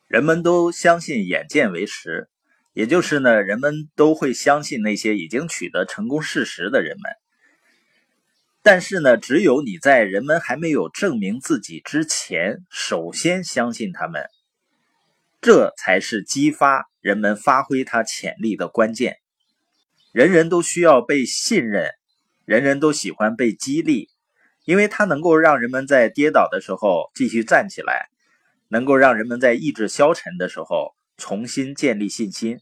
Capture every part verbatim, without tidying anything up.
人们都相信眼见为实，也就是呢，人们都会相信那些已经取得成功事实的人们。但是呢，只有你在人们还没有证明自己之前，首先相信他们，这才是激发人们发挥他潜力的关键。人人都需要被信任，人人都喜欢被激励，因为它能够让人们在跌倒的时候继续站起来，能够让人们在意志消沉的时候重新建立信心。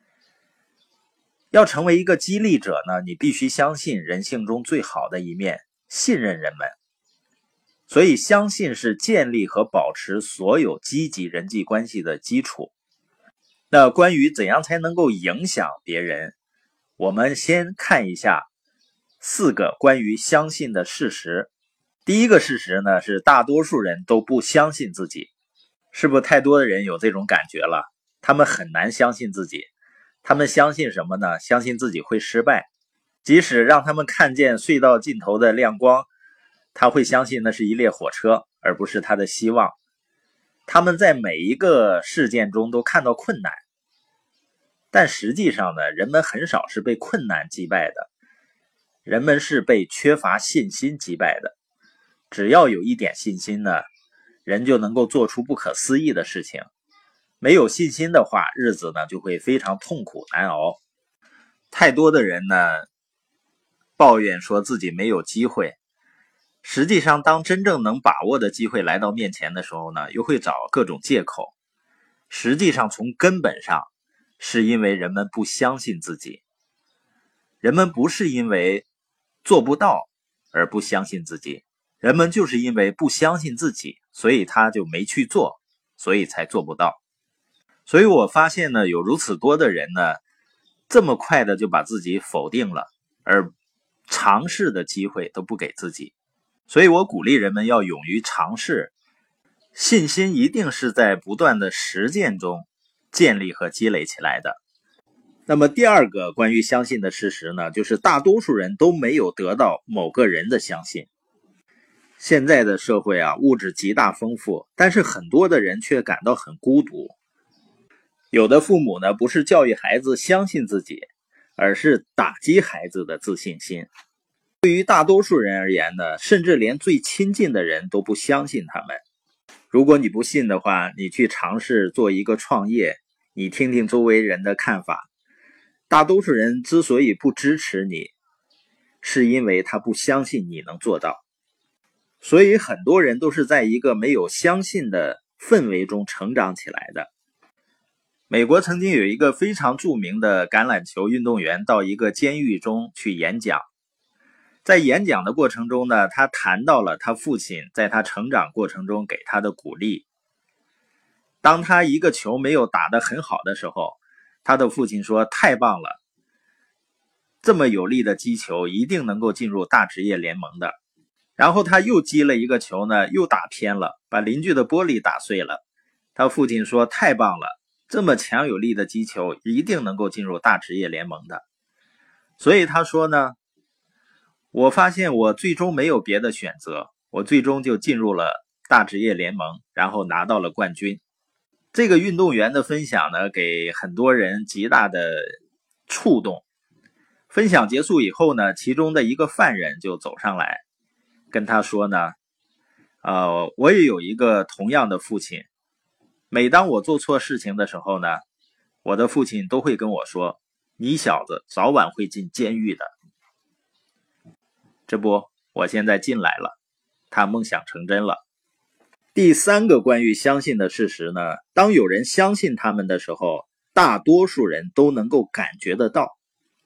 要成为一个激励者呢，你必须相信人性中最好的一面，信任人们。所以相信是建立和保持所有积极人际关系的基础。那关于怎样才能够影响别人，我们先看一下四个关于相信的事实。第一个事实呢，是大多数人都不相信自己。是不是太多的人有这种感觉了？他们很难相信自己。他们相信什么呢？相信自己会失败。即使让他们看见隧道尽头的亮光，他会相信那是一列火车，而不是他的希望。他们在每一个事件中都看到困难，但实际上呢，人们很少是被困难击败的，人们是被缺乏信心击败的。只要有一点信心呢，人就能够做出不可思议的事情。没有信心的话，日子呢就会非常痛苦难熬。太多的人呢抱怨说自己没有机会，实际上当真正能把握的机会来到面前的时候呢，又会找各种借口。实际上从根本上是因为人们不相信自己。人们不是因为做不到而不相信自己，人们就是因为不相信自己，所以他就没去做，所以才做不到。所以我发现呢，有如此多的人呢，这么快的就把自己否定了，而尝试的机会都不给自己。所以我鼓励人们要勇于尝试，信心一定是在不断的实践中建立和积累起来的。那么第二个关于相信的事实呢，就是大多数人都没有得到某个人的相信。现在的社会啊，物质极大丰富，但是很多的人却感到很孤独。有的父母呢，不是教育孩子相信自己，而是打击孩子的自信心。对于大多数人而言呢，甚至连最亲近的人都不相信他们。如果你不信的话，你去尝试做一个创业，你听听周围人的看法。大多数人之所以不支持你，是因为他不相信你能做到。所以很多人都是在一个没有相信的氛围中成长起来的。美国曾经有一个非常著名的橄榄球运动员到一个监狱中去演讲。在演讲的过程中呢，他谈到了他父亲在他成长过程中给他的鼓励。当他一个球没有打得很好的时候，他的父亲说：“太棒了，这么有力的击球一定能够进入大职业联盟的。”然后他又击了一个球呢，又打偏了，把邻居的玻璃打碎了。他父亲说：“太棒了，这么强有力的击球一定能够进入大职业联盟的。”所以他说呢，我发现我最终没有别的选择，我最终就进入了大职业联盟，然后拿到了冠军。这个运动员的分享呢，给很多人极大的触动。分享结束以后呢，其中的一个犯人就走上来跟他说呢，呃，我也有一个同样的父亲，每当我做错事情的时候呢，我的父亲都会跟我说，你小子早晚会进监狱的。这不，我现在进来了，他梦想成真了。第三个关于相信的事实呢，当有人相信他们的时候，大多数人都能够感觉得到。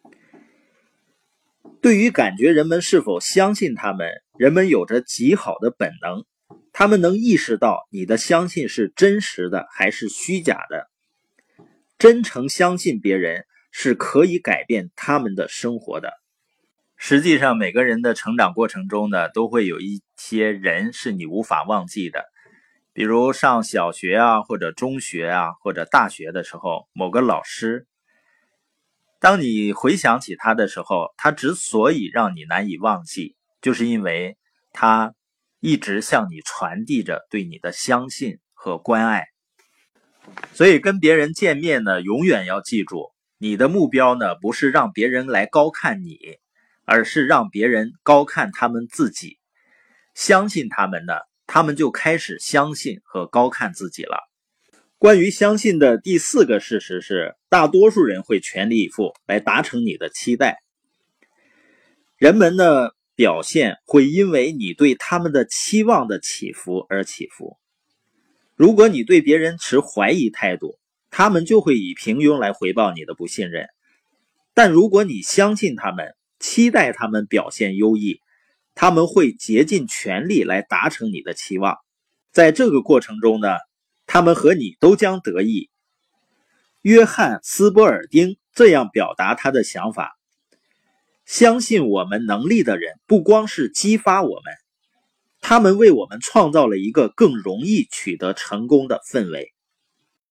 对于感觉人们是否相信他们，人们有着极好的本能，他们能意识到你的相信是真实的还是虚假的。真诚相信别人是可以改变他们的生活的。实际上每个人的成长过程中呢，都会有一些人是你无法忘记的。比如上小学啊，或者中学啊，或者大学的时候，某个老师，当你回想起他的时候，他之所以让你难以忘记，就是因为他一直向你传递着对你的相信和关爱。 所以跟别人见面呢，永远要记住，你的目标呢，不是让别人来高看你，而是让别人高看他们自己。相信他们呢，他们就开始相信和高看自己了。关于相信的第四个事实是，大多数人会全力以赴来达成你的期待。人们的表现会因为你对他们的期望的起伏而起伏。如果你对别人持怀疑态度，他们就会以平庸来回报你的不信任。但如果你相信他们，期待他们表现优异，他们会竭尽全力来达成你的期望。在这个过程中呢，他们和你都将得益。约翰·斯波尔丁这样表达他的想法：相信我们能力的人不光是激发我们，他们为我们创造了一个更容易取得成功的氛围。